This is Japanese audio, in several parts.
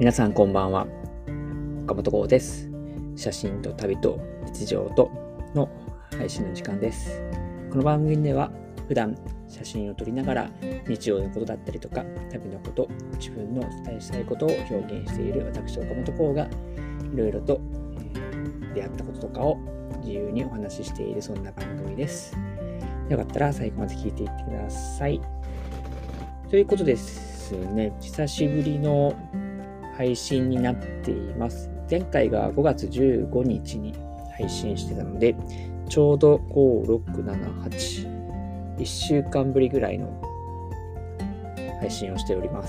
皆さんこんばんは。岡本剛です。写真と旅と日常との配信の時間です。この番組では普段写真を撮りながら日常のことだったりとか旅のこと、自分のお伝えしたいことを表現している私岡本剛がいろいろと出会ったこととかを自由にお話ししているそんな番組です。よかったら最後まで聞いていってください。ということですね、久しぶりの配信になっています。前回が5月15日に配信してたので、ちょうど5、6、7、8、1週間ぶりぐらいの配信をしております。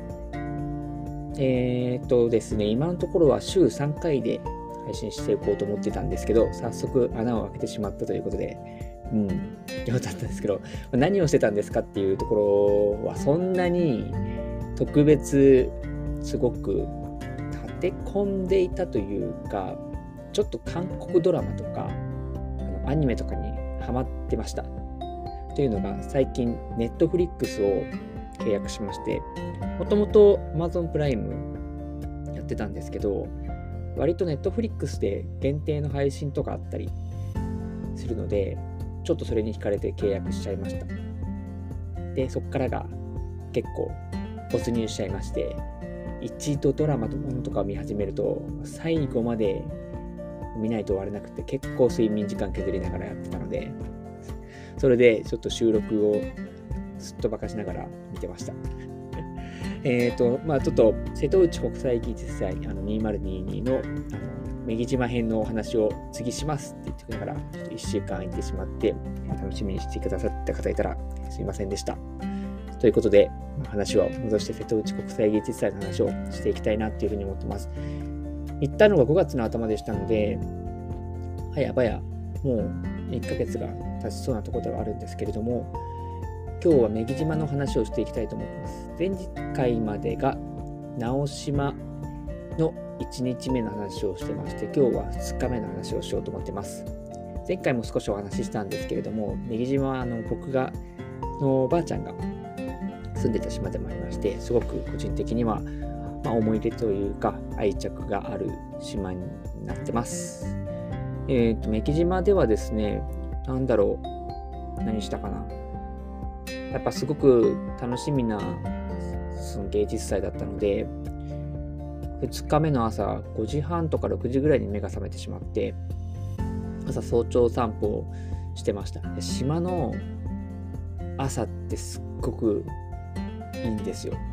ですね、今のところは週3回で配信していこうと思ってたんですけど、早速穴を開けてしまったということで、よかったんですけど、何をしてたんですかっていうところはそんなに特別すごく立て込んでいたというか、ちょっと韓国ドラマとかアニメとかにハマってました。というのが最近Netflixを契約しまして、もともと Amazon プライムやってたんですけど、割とNetflixで限定の配信とかあったりするので、ちょっとそれに惹かれて契約しちゃいました。で、そっからが結構没入しちゃいまして、一度ドラマとかを見始めると最後まで見ないと終われなくて、結構睡眠時間削りながらやってたので、それでちょっと収録をすっとばかしながら見てました。ちょっと瀬戸内国際技術祭2022の女木島編のお話を次しますって言ってくれながら1週間空いてしまって、楽しみにしてくださった方いたらすいませんでした。ということで、話を戻して瀬戸内国際芸術祭の話をしていきたいなっていうふうに思ってます。行ったのが5月の頭でしたので、早々もう1ヶ月が経ちそうなところではあるんですけれども、今日は女木島の話をしていきたいと思ってます。前回までが直島の1日目の話をしてまして、今日は2日目の話をしようと思ってます。前回も少しお話ししたんですけれども、女木島は僕のおばあちゃんが住んでた島でもありまして、すごく個人的には、思い出というか愛着がある島になってます。女木島ではですね、何したかな。やっぱすごく楽しみなその芸術祭だったので、2日目の朝5時半とか6時ぐらいに目が覚めてしまって、朝早朝散歩をしてました。島の朝ってすっごくいいんですよ。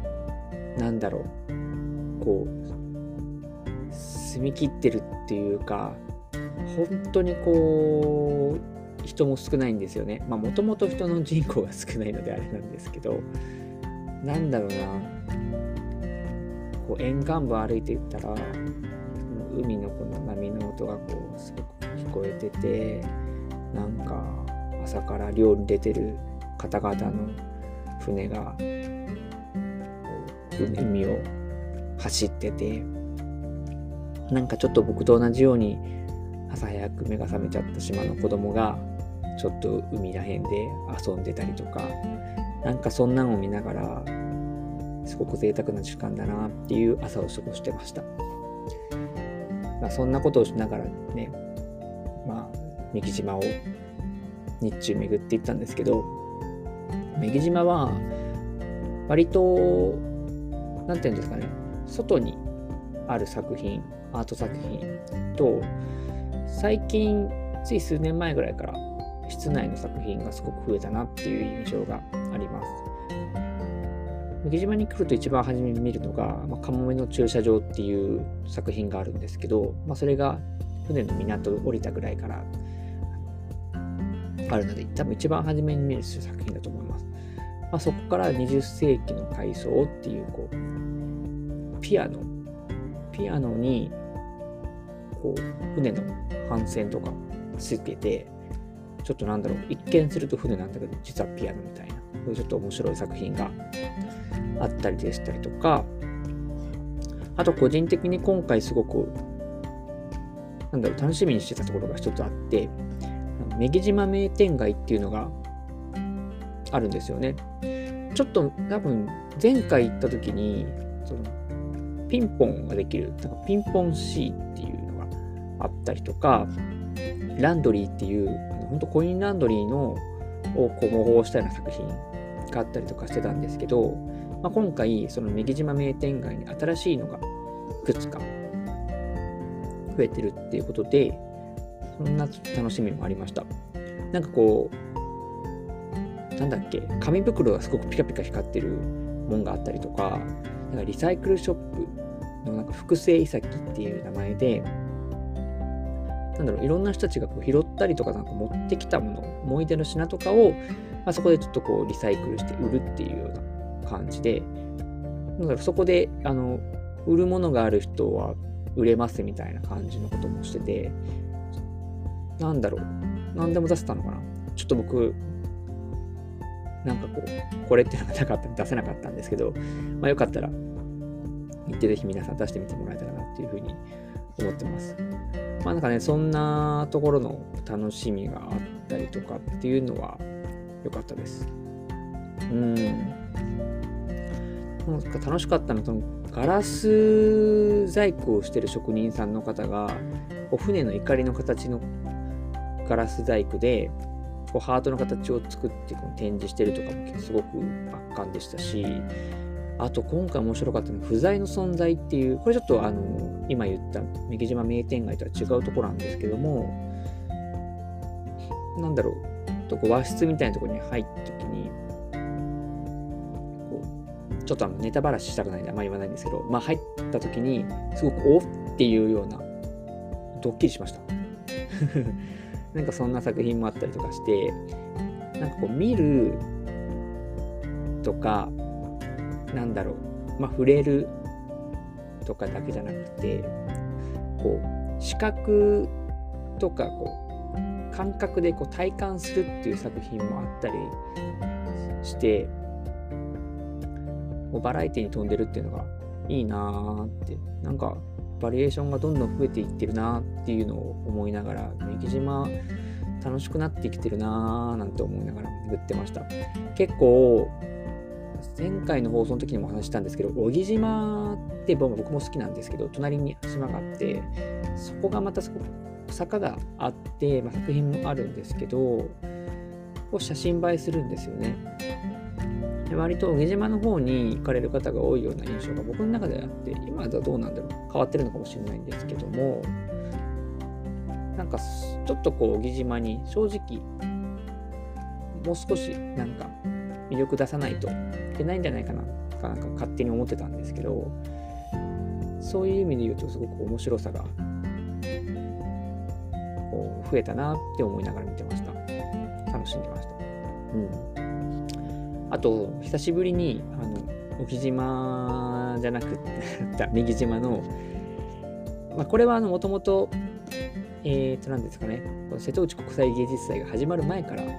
澄み切ってるっていうか、本当に人も少ないんですよね。もともと人の人口が少ないのであれなんですけど、沿岸部歩いていったら海のこの波の音がすごく聞こえてて、朝から漁に出てる方々の船が海を走ってて、ちょっと僕と同じように朝早く目が覚めちゃった島の子供がちょっと海らへんで遊んでたりとか、そんなのを見ながらすごく贅沢な時間だなっていう朝を過ごしてました。そんなことをしながらね、女木島を日中巡っていったんですけど、女木島は割と外にある作品、アート作品と、最近つい数年前ぐらいから室内の作品がすごく増えたなっていう印象があります。女木島に来ると一番初めに見るのが、かもめの駐車場っていう作品があるんですけど、それが船の港を降りたぐらいからあるので、多分一番初めに見る作品だと思います。そこから20世紀の海藻っていうピアノに船の帆船とかつけて、ちょっと一見すると船なんだけど実はピアノみたいな、ちょっと面白い作品があったりでしたりとか、あと個人的に今回すごく楽しみにしてたところが一つあって、女木島名店街っていうのがあるんですよね。ちょっと多分前回行った時にピンポンができる、なんかピンポン C っていうのがあったりとか、ランドリーっていう、本当コインランドリーのをこう模倣したような作品があったりとかしてたんですけど、今回、その女木島名店街に新しいのがいくつか増えてるっていうことで、そんな楽しみもありました。なんかこう、なんだっけ、紙袋がすごくピカピカ光ってるもんがあったりとか、なんかリサイクルショップのなんか複製遺跡っていう名前で、なんだろう、いろんな人たちがこう拾ったりとかなんか持ってきたもの、思い出の品とかを、そこでちょっとこうリサイクルして売るっていうような感じで、だからそこで売るものがある人は売れますみたいな感じのこともしてて、なんだろう、何でも出せたのかな。ちょっと僕、なんかこう、これっていうのがなかったんで出せなかったんですけど、よかったら、行ってぜひ皆さん出してみてもらえたらなっていうふうに思ってます。なんかね、そんなところの楽しみがあったりとかっていうのは良かったです。なんか楽しかったのは、ガラス細工をしてる職人さんの方が、お船の怒りの形のガラス細工で、こうハートの形を作ってこう展示してるとかもすごく圧巻でしたし、あと今回面白かったのは不在の存在っていう、これちょっと今言った女木島名店街とは違うところなんですけども、なんだろう、こう和室みたいなところに入った時に、こうちょっとネタばらししたくないんであんまり言わないんですけど、入った時にすごくおっていうようなドッキリしました。なんかそんな作品もあったりとかして、なんかこう見るとか、なんだろう、触れるとかだけじゃなくて、こう視覚とかこう感覚でこう体感するっていう作品もあったりして、バラエティに富んでるっていうのがいいなーって、なんかバリエーションがどんどん増えていってるなっていうのを思いながら、女木島楽しくなってきてるなーなんて思いながら巡ってました。結構前回の放送の時にもお話したんですけど、小木島って僕も好きなんですけど、隣に島があって、そこがまた坂があって、作品もあるんですけど、写真映えするんですよね。で割と小木島の方に行かれる方が多いような印象が僕の中であって、今はどうなんだろう、変わってるのかもしれないんですけども、なんかちょっとこう小木島に正直もう少しなんか魅力出さないといけないんじゃないかなとか、なんか勝手に思ってたんですけど、そういう意味で言うとすごく面白さがこう増えたなって思いながら見てました。楽しんでました。あと久しぶりに小木島じゃなくった女木島の、これはもともと何ですかね、この瀬戸内国際芸術祭が始まる前から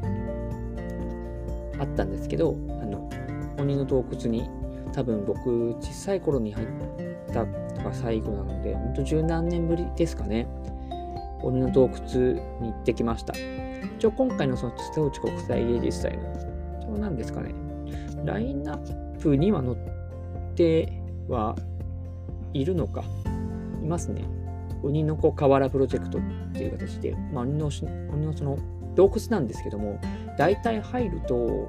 あったんですけど、鬼の洞窟に多分僕小さい頃に入ったのが最後なので、ほんと十何年ぶりですかね。鬼の洞窟に行ってきました。一応今回のその瀬戸内国際芸術祭の何ですかね、ラインナップには載ってはいるのか、いますね。鬼の子河原プロジェクトっていう形で、鬼のその洞窟なんですけども、大体入ると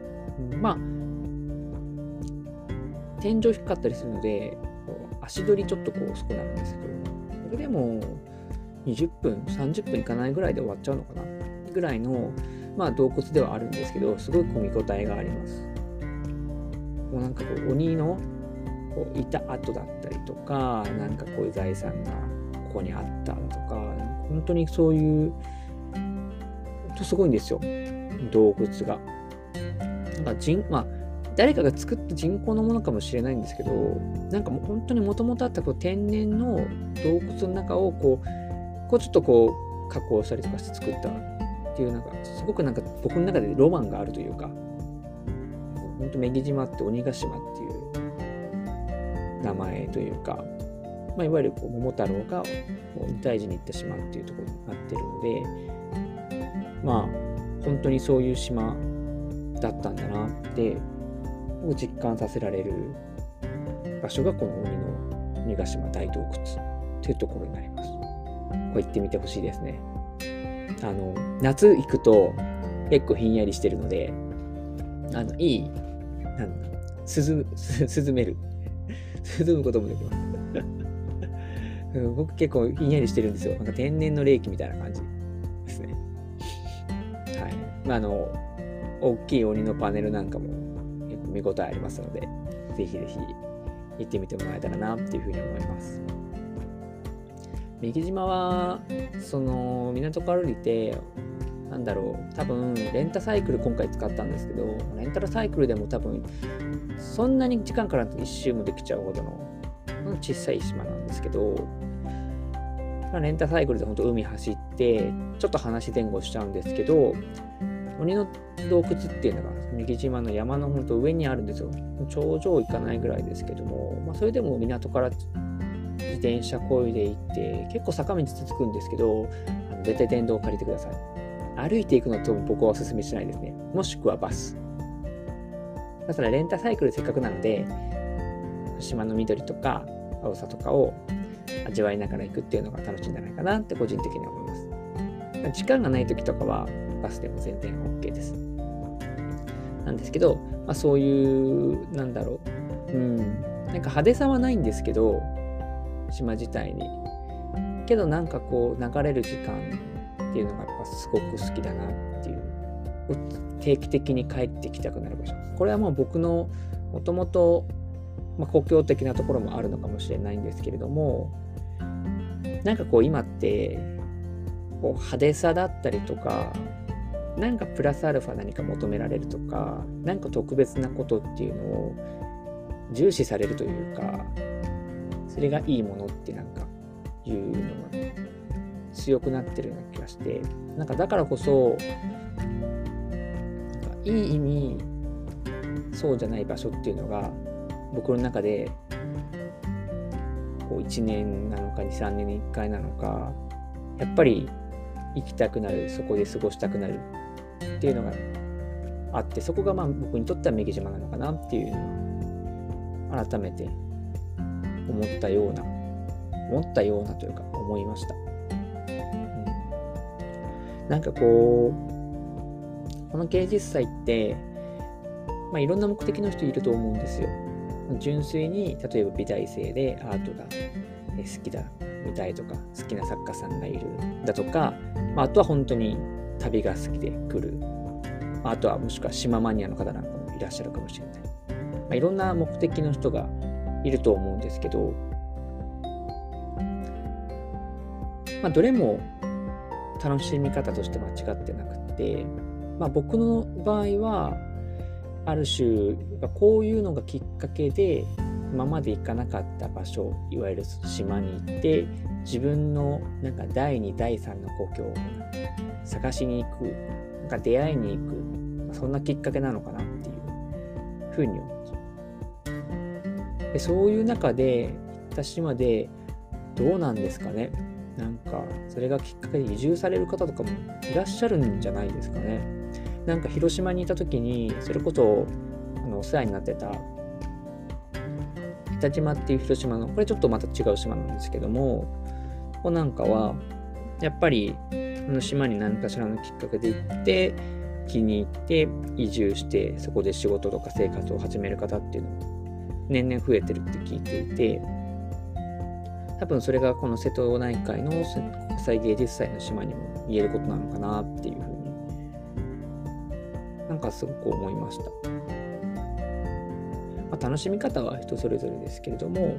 天井低かったりするので、足取りちょっと遅くなるんですけど、それでも20分30分いかないぐらいで終わっちゃうのかなぐらいの洞窟ではあるんですけど、すごい見応えがあります。もうなんか鬼のいた跡だったりとか、なんかこういう財産がここにあったとか、本当にそういうすごいんですよ、洞窟が。なんか誰かが作った人工のものかもしれないんですけど、なんかもう本当にもともとあった天然の洞窟の中をちょっと加工したりとかして作ったっていう、なんかすごくなんか僕の中でロマンがあるというか、本当女木島って鬼ヶ島っていう名前というか、いわゆる桃太郎が二大寺に行った島っていうところになってるので、本当にそういう島だったんだなって実感させられる場所がこの鬼の三ヶ島大洞窟というところになります。これ行ってみてほしいですね。夏行くと結構ひんやりしてるので、いい、涼める。涼むこともできます。僕結構ひんやりしてるんですよ。なんか天然の冷気みたいな感じですね。はい。大きい鬼のパネルなんかも結構見応えありますので、ぜひぜひ行ってみてもらえたらなっていうふうに思います。女木島は、港から降りて、多分、レンタサイクル今回使ったんですけど、レンタルサイクルでも多分、そんなに時間から一周もできちゃうほどの小さい島なんですけど、レンタサイクルで本当海走って、ちょっと話前後しちゃうんですけど、鬼の洞窟っていうのが、女木島の山の本当上にあるんですよ。頂上行かないぐらいですけども、それでも港から自転車漕いで行って、結構坂道続くんですけど、絶対電動を借りてください。歩いていくのと僕はお勧めしないですね。もしくはバス。だからレンタサイクルせっかくなので、島の緑とか青さとかを味わいながら行くっていうのが楽しいんじゃないかなって個人的には思います。時間がない時とかはバスでも全然 OK です。なんですけど、そういう、なんか派手さはないんですけど、島自体に。けど流れる時間っていうのがやっぱすごく好きだなっていう。定期的に帰ってきたくなる場所。これはもう僕のもともと故郷的なところもあるのかもしれないんですけれども、今って派手さだったりとか、プラスアルファ何か求められるとか、特別なことっていうのを重視されるというか、それがいいものっていうのが強くなってるような気がして、だからこそいい意味そうじゃない場所っていうのが僕の中で1年なのか 2,3 年に1回なのか、やっぱり行きたくなる、そこで過ごしたくなるっていうのがあって、そこが僕にとっては女木島なのかなっていうのを改めて思ったようなというか思いました。この芸術祭っていろんな目的の人いると思うんですよ。純粋に例えば美大生でアートが好きだみたいとか、好きな作家さんがいるだとか、あとは本当に旅が好きで来る、あとはもしくは島マニアの方なんかもいらっしゃるかもしれない。いろんな目的の人がいると思うんですけど、どれも楽しみ方として間違ってなくて、僕の場合はある種こういうのがきっかけで今まで行かなかった場所、いわゆる島に行って自分の第2第3の故郷を探しに行く、出会いに行く、そんなきっかけなのかなっていうふうに思います。でそういう中で行った島でどうなんですかね。それがきっかけで移住される方とかもいらっしゃるんじゃないですかね。広島にいた時にそれこそお世話になってた北島っていう広島の、これちょっとまた違う島なんですけども、ここなんかはやっぱり島に何かしらのきっかけで行って気に入って移住してそこで仕事とか生活を始める方っていうのも年々増えてるって聞いていて、多分それがこの瀬戸内海の国際芸術祭の島にも言えることなのかなっていうふうにすごく思いました。楽しみ方は人それぞれですけれども、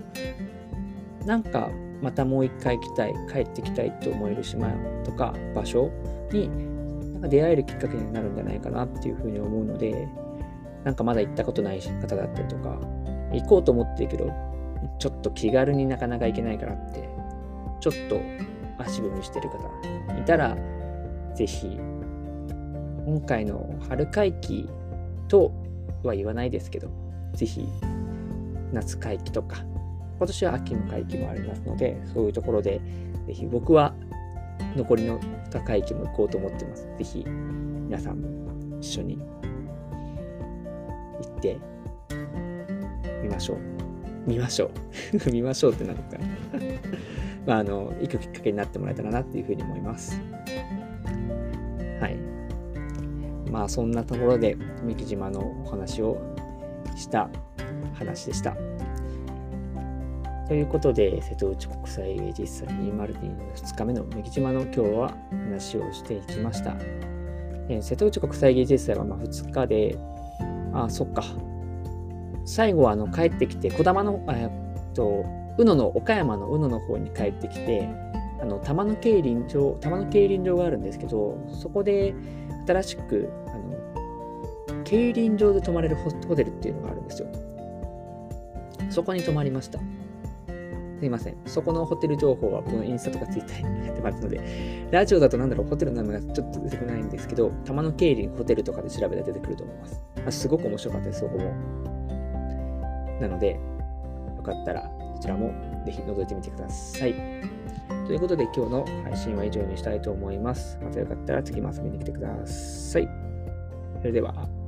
またもう一回行きたい、帰ってきたいと思える島とか場所に出会えるきっかけになるんじゃないかなっていうふうに思うので、まだ行ったことない方だったりとか、行こうと思ってるけどちょっと気軽になかなか行けないからってちょっと足踏みしてる方いたら、ぜひ今回の春会期とは言わないですけど、ぜひ夏会期とか今年は秋の会期もありますので、そういうところでぜひ、僕は残りの2会期も行こうと思ってます。ぜひ皆さんも一緒に行ってみましょう。 見ましょう。見ましょうってなのか。行くきっかけになってもらえたらなっていうふうに思います。はい。そんなところで、三木島のお話をした話でした。ということで、瀬戸内国際芸術祭2022の2日目の三木島の今日は話をしていきました。瀬戸内国際芸術祭は2日で、そっか。最後は帰ってきて、児玉の、岡山の宇野の方に帰ってきて、玉野競輪場があるんですけど、そこで新しく、競輪場で泊まれるホテルっていうのがあるんですよ。そこに泊まりました。すいません。そこのホテル情報は僕のインスタとかツイッターにやってますので、ラジオだとホテルの名前がちょっと出てこないんですけど、玉野競輪ホテルとかで調べたら出てくると思います。すごく面白かったです、そこも。なので、よかったらそちらもぜひ覗いてみてください。ということで今日の配信は以上にしたいと思います。またよかったら次も遊びに来てください。それでは。